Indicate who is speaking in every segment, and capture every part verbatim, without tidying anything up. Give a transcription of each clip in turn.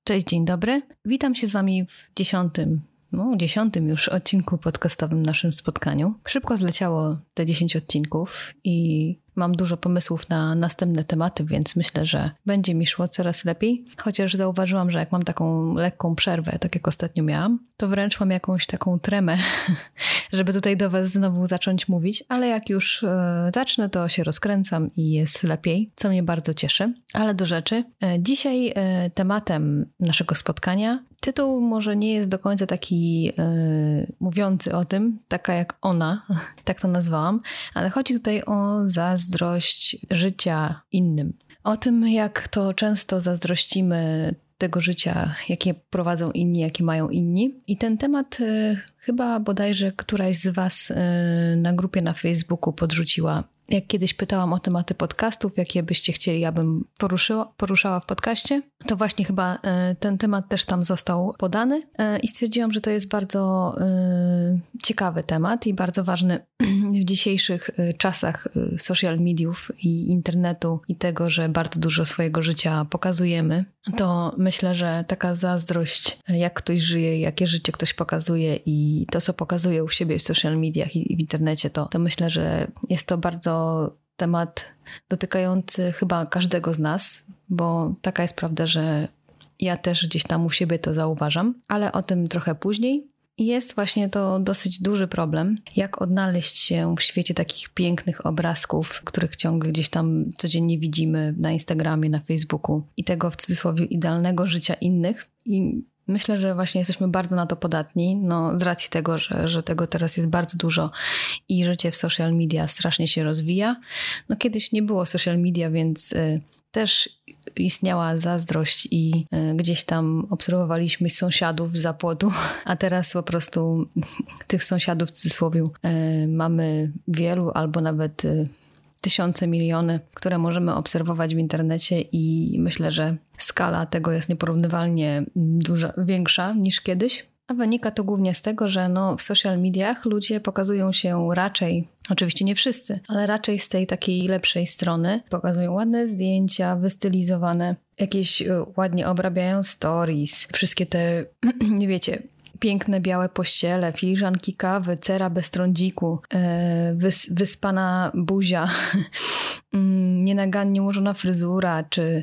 Speaker 1: Cześć, dzień dobry. Witam się z Wami w dziesiątym, no dziesiątym już odcinku podcastowym naszym spotkaniu. Szybko zleciało te dziesięć odcinków i mam dużo pomysłów na następne tematy, więc myślę, że będzie mi szło coraz lepiej. Chociaż zauważyłam, że jak mam taką lekką przerwę, tak jak ostatnio miałam, to wręcz mam jakąś taką tremę, żeby tutaj do Was znowu zacząć mówić, ale jak już e, zacznę, to się rozkręcam i jest lepiej, co mnie bardzo cieszy. Ale do rzeczy. E, dzisiaj e, tematem naszego spotkania, tytuł może nie jest do końca taki e, mówiący o tym, taka jak ona, tak to nazwałam, ale chodzi tutaj o zazdrość życia innym. O tym, jak to często zazdrościmy tego życia, jakie prowadzą inni, jakie mają inni. I ten temat y, chyba bodajże któraś z Was y, na grupie na Facebooku podrzuciła. Jak kiedyś pytałam o tematy podcastów, jakie byście chcieli, abym poruszyła, poruszała w podcaście, to właśnie chyba y, ten temat też tam został podany y, i stwierdziłam, że to jest bardzo y, ciekawy temat i bardzo ważny w dzisiejszych y, czasach y, social mediów i internetu i tego, że bardzo dużo swojego życia pokazujemy. To myślę, że taka zazdrość, jak ktoś żyje, jakie życie ktoś pokazuje i to, co pokazuje u siebie w social mediach i w internecie, to, to myślę, że jest to bardzo temat dotykający chyba każdego z nas, bo taka jest prawda, że ja też gdzieś tam u siebie to zauważam, ale o tym trochę później. I jest właśnie to dosyć duży problem, jak odnaleźć się w świecie takich pięknych obrazków, których ciągle gdzieś tam codziennie widzimy na Instagramie, na Facebooku i tego w cudzysłowie idealnego życia innych. I myślę, że właśnie jesteśmy bardzo na to podatni, no z racji tego, że, że tego teraz jest bardzo dużo i życie w social media strasznie się rozwija. No kiedyś nie było social media, więc y, też istniała zazdrość i y, gdzieś tam obserwowaliśmy sąsiadów zza płotu, a teraz po prostu tych sąsiadów w cudzysłowie y, mamy wielu albo nawet y, tysiące, miliony, które możemy obserwować w internecie i myślę, że skala tego jest nieporównywalnie duża, większa niż kiedyś. A wynika to głównie z tego, że no, w social mediach ludzie pokazują się raczej, oczywiście nie wszyscy, ale raczej z tej takiej lepszej strony. Pokazują ładne zdjęcia, wystylizowane, jakieś ładnie obrabiają stories, wszystkie te, nie wiecie, piękne białe pościele, filiżanki kawy, cera bez trądziku, wys- wyspana buzia, nienagannie ułożona fryzura czy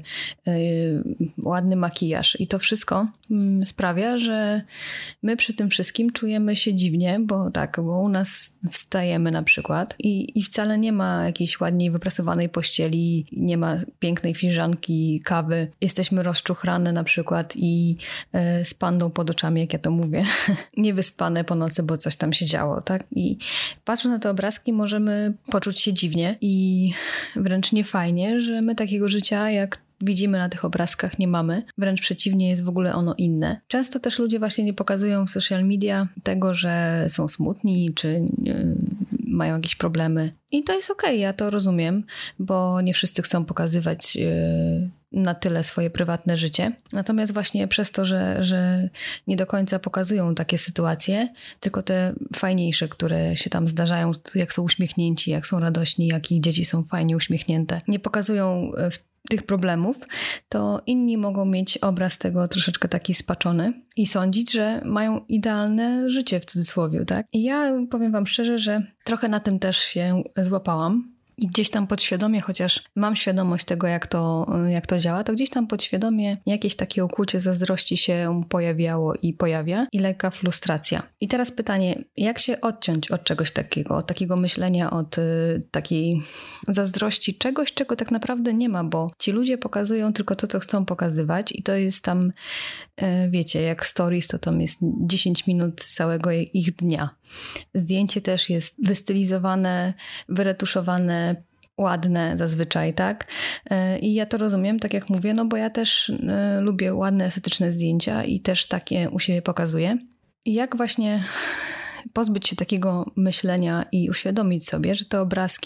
Speaker 1: ładny makijaż. I to wszystko sprawia, że my przy tym wszystkim czujemy się dziwnie, bo tak, bo u nas wstajemy na przykład i, i wcale nie ma jakiejś ładniej wyprasowanej pościeli, nie ma pięknej filiżanki kawy. Jesteśmy rozczuchrane na przykład i z pandą pod oczami, jak ja to mówię. Niewyspane po nocy, bo coś tam się działo, tak? I patrząc na te obrazki możemy poczuć się dziwnie i wręcz niefajnie, że my takiego życia jak widzimy na tych obrazkach nie mamy. Wręcz przeciwnie, jest w ogóle ono inne. Często też ludzie właśnie nie pokazują w social media tego, że są smutni czy yy, mają jakieś problemy. I to jest okej, ja to rozumiem, bo nie wszyscy chcą pokazywać yy, na tyle swoje prywatne życie. Natomiast właśnie przez to, że, że nie do końca pokazują takie sytuacje, tylko te fajniejsze, które się tam zdarzają, jak są uśmiechnięci, jak są radośni, jak ich dzieci są fajnie uśmiechnięte, nie pokazują w tych problemów, to inni mogą mieć obraz tego troszeczkę taki spaczony i sądzić, że mają idealne życie w cudzysłowie, tak? I ja powiem wam szczerze, że trochę na tym też się złapałam. I gdzieś tam podświadomie, chociaż mam świadomość tego, jak to, jak to działa, to gdzieś tam podświadomie jakieś takie ukłucie zazdrości się pojawiało i pojawia i lekka frustracja. I teraz pytanie, jak się odciąć od czegoś takiego, od takiego myślenia, od y, takiej zazdrości czegoś, czego tak naprawdę nie ma, bo ci ludzie pokazują tylko to, co chcą pokazywać i to jest tam, y, wiecie, jak stories, to tam jest dziesięć minut z całego ich dnia. Zdjęcie też jest wystylizowane, wyretuszowane, ładne zazwyczaj, tak? I ja to rozumiem, tak jak mówię, no bo ja też lubię ładne, estetyczne zdjęcia i też takie u siebie pokazuję. I jak właśnie pozbyć się takiego myślenia i uświadomić sobie, że te obrazki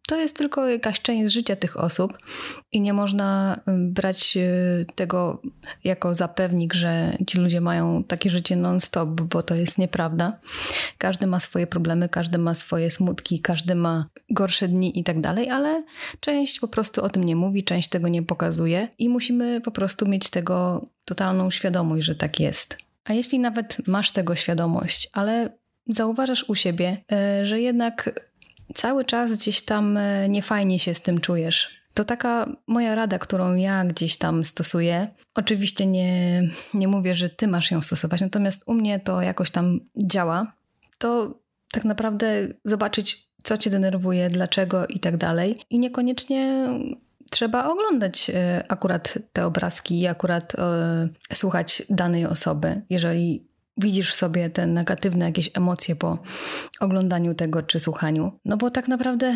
Speaker 1: to jest tylko jakaś część życia tych osób i nie można brać tego jako zapewnik, że ci ludzie mają takie życie non-stop, bo to jest nieprawda. Każdy ma swoje problemy, każdy ma swoje smutki, każdy ma gorsze dni i tak dalej, ale część po prostu o tym nie mówi, część tego nie pokazuje i musimy po prostu mieć tego totalną świadomość, że tak jest. A jeśli nawet masz tego świadomość, ale zauważasz u siebie, że jednak cały czas gdzieś tam niefajnie się z tym czujesz, to taka moja rada, którą ja gdzieś tam stosuję, oczywiście nie, nie mówię, że ty masz ją stosować, natomiast u mnie to jakoś tam działa, to tak naprawdę zobaczyć, co cię denerwuje, dlaczego i tak dalej. I niekoniecznie trzeba oglądać akurat te obrazki i akurat e, słuchać danej osoby, jeżeli widzisz sobie te negatywne jakieś emocje po oglądaniu tego czy słuchaniu. No bo tak naprawdę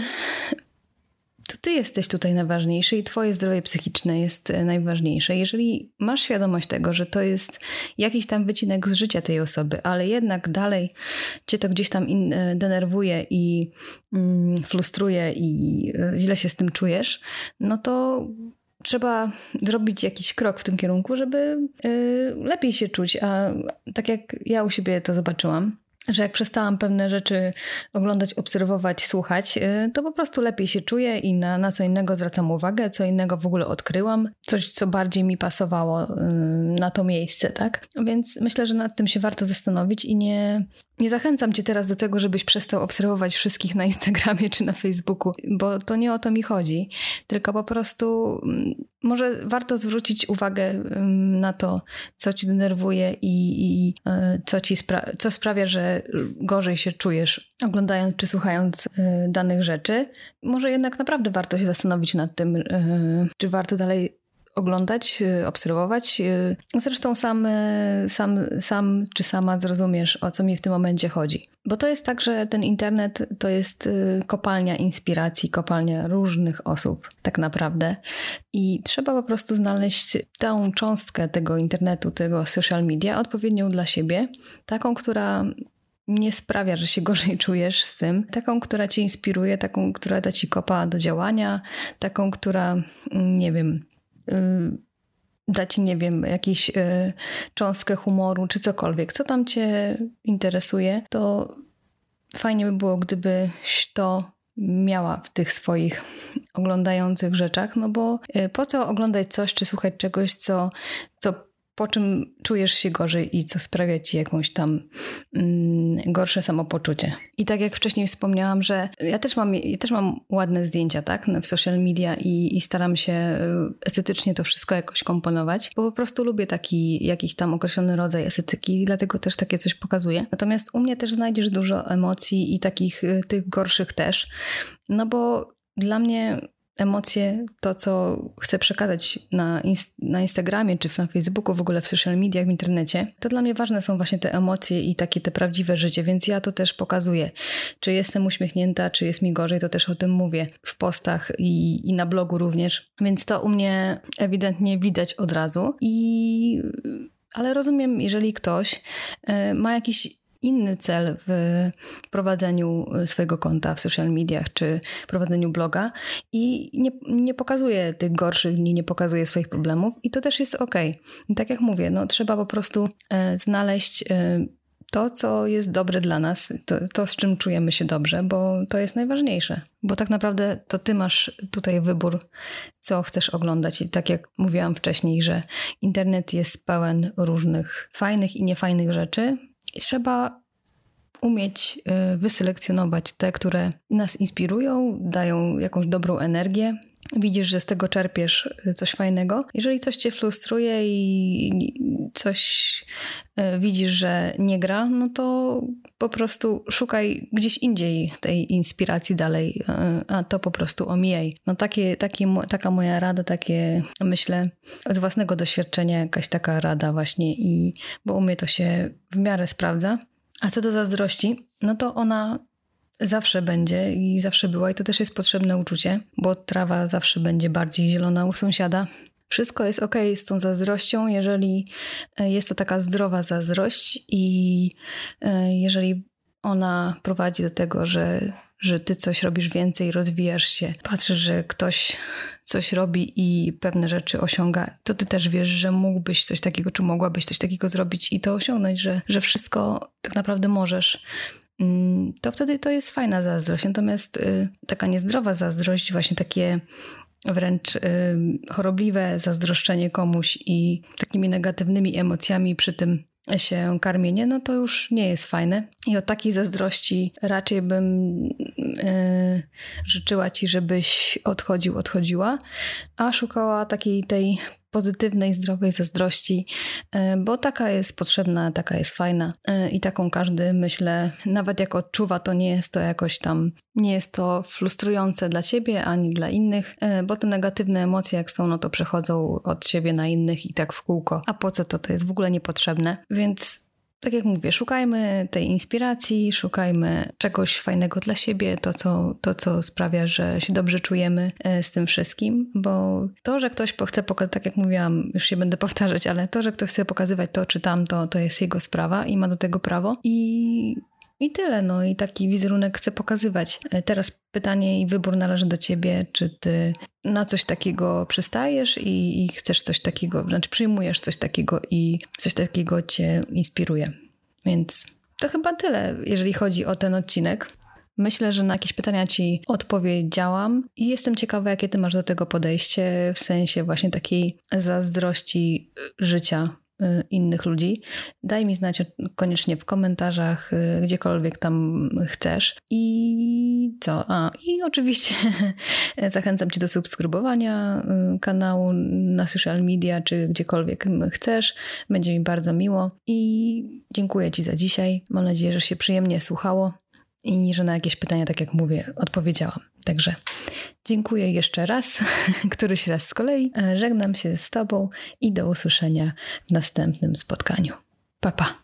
Speaker 1: to ty jesteś tutaj najważniejszy i twoje zdrowie psychiczne jest najważniejsze. Jeżeli masz świadomość tego, że to jest jakiś tam wycinek z życia tej osoby, ale jednak dalej cię to gdzieś tam in, denerwuje i mm, frustruje i źle się z tym czujesz, no to trzeba zrobić jakiś krok w tym kierunku, żeby y, lepiej się czuć. A tak jak ja u siebie to zobaczyłam, że jak przestałam pewne rzeczy oglądać, obserwować, słuchać, to po prostu lepiej się czuję i na, na co innego zwracam uwagę, co innego w ogóle odkryłam, coś, co bardziej mi pasowało na to miejsce, tak? Więc myślę, że nad tym się warto zastanowić i nie, nie zachęcam cię teraz do tego, żebyś przestał obserwować wszystkich na Instagramie czy na Facebooku, bo to nie o to mi chodzi, tylko po prostu może warto zwrócić uwagę na to, co ci denerwuje i, i co ci spra- co sprawia, że gorzej się czujesz oglądając czy słuchając danych rzeczy. Może jednak naprawdę warto się zastanowić nad tym, czy warto dalej oglądać, obserwować. Zresztą sam, sam, sam czy sama zrozumiesz, o co mi w tym momencie chodzi. Bo to jest tak, że ten internet to jest kopalnia inspiracji, kopalnia różnych osób tak naprawdę. I trzeba po prostu znaleźć tę cząstkę tego internetu, tego social media odpowiednią dla siebie, taką, która nie sprawia, że się gorzej czujesz z tym. Taką, która cię inspiruje, taką, która da ci kopa do działania, taką, która, nie wiem, da ci, nie wiem, jakąś y, cząstkę humoru czy cokolwiek, co tam cię interesuje, to fajnie by było, gdybyś to miała w tych swoich oglądających rzeczach, no bo y, po co oglądać coś czy słuchać czegoś, co, co po czym czujesz się gorzej i co sprawia ci jakąś tam mm, gorsze samopoczucie. I tak jak wcześniej wspomniałam, że ja też mam, ja też mam ładne zdjęcia, tak, w social media i, i staram się estetycznie to wszystko jakoś komponować, bo po prostu lubię taki jakiś tam określony rodzaj estetyki i dlatego też takie coś pokazuję. Natomiast u mnie też znajdziesz dużo emocji i takich tych gorszych też, no bo dla mnie emocje, to co chcę przekazać na, inst- na Instagramie, czy na Facebooku, w ogóle w social mediach, w internecie, to dla mnie ważne są właśnie te emocje i takie te prawdziwe życie, więc ja to też pokazuję. Czy jestem uśmiechnięta, czy jest mi gorzej, to też o tym mówię w postach i, i na blogu również, więc to u mnie ewidentnie widać od razu. I ale rozumiem, jeżeli ktoś y, ma jakiś inny cel w prowadzeniu swojego konta w social mediach czy prowadzeniu bloga i nie, nie pokazuje tych gorszych dni, nie pokazuje swoich problemów i to też jest okej. I tak jak mówię, no trzeba po prostu e, znaleźć e, to, co jest dobre dla nas, to, to, z czym czujemy się dobrze, bo to jest najważniejsze. Bo tak naprawdę to ty masz tutaj wybór, co chcesz oglądać. I tak jak mówiłam wcześniej, że internet jest pełen różnych fajnych i niefajnych rzeczy, i trzeba umieć wyselekcjonować te, które nas inspirują, dają jakąś dobrą energię. Widzisz, że z tego czerpiesz coś fajnego. Jeżeli coś cię frustruje i coś widzisz, że nie gra, no to po prostu szukaj gdzieś indziej tej inspiracji dalej, a to po prostu omijaj. No takie, takie, taka moja rada, takie myślę z własnego doświadczenia jakaś taka rada właśnie, i bo u mnie to się w miarę sprawdza. A co do zazdrości, no to ona zawsze będzie i zawsze była i to też jest potrzebne uczucie, bo trawa zawsze będzie bardziej zielona u sąsiada. Wszystko jest okej z tą zazdrością, jeżeli jest to taka zdrowa zazdrość i jeżeli ona prowadzi do tego, że, że ty coś robisz więcej, rozwijasz się, patrzysz, że ktoś coś robi i pewne rzeczy osiąga, to ty też wiesz, że mógłbyś coś takiego, czy mogłabyś coś takiego zrobić i to osiągnąć, że, że wszystko tak naprawdę możesz. To wtedy to jest fajna zazdrość. Natomiast y, taka niezdrowa zazdrość, właśnie takie wręcz y, chorobliwe zazdroszczenie komuś i takimi negatywnymi emocjami przy tym się karmienie, no to już nie jest fajne. I od takiej zazdrości raczej bym y, życzyła ci, żebyś odchodził, odchodziła, a szukała takiej tej pozytywnej, zdrowej zazdrości, bo taka jest potrzebna, taka jest fajna i taką każdy, myślę, nawet jak odczuwa, to nie jest to jakoś tam, nie jest to frustrujące dla ciebie, ani dla innych, bo te negatywne emocje jak są, no to przechodzą od siebie na innych i tak w kółko. A po co to? To jest w ogóle niepotrzebne. Więc tak jak mówię, szukajmy tej inspiracji, szukajmy czegoś fajnego dla siebie, to co, to, co sprawia, że się dobrze czujemy z tym wszystkim, bo to, że ktoś chce pokazać, tak jak mówiłam, już się będę powtarzać, ale to, że ktoś chce pokazywać to czy tamto, to jest jego sprawa i ma do tego prawo i... I tyle, no i taki wizerunek chcę pokazywać. Teraz pytanie i wybór należy do ciebie, czy ty na coś takiego przystajesz i, i chcesz coś takiego, znaczy przyjmujesz coś takiego i coś takiego cię inspiruje. Więc to chyba tyle, jeżeli chodzi o ten odcinek. Myślę, że na jakieś pytania ci odpowiedziałam i jestem ciekawa, jakie ty masz do tego podejście w sensie właśnie takiej zazdrości życia innych ludzi. Daj mi znać koniecznie w komentarzach, gdziekolwiek tam chcesz. I co? A, i oczywiście zachęcam cię do subskrybowania kanału na social media, czy gdziekolwiek chcesz. Będzie mi bardzo miło i dziękuję ci za dzisiaj. Mam nadzieję, że się przyjemnie słuchało i że na jakieś pytania, tak jak mówię, odpowiedziałam. Także dziękuję jeszcze raz, któryś raz z kolei. Żegnam się z tobą i do usłyszenia w następnym spotkaniu. Pa, pa.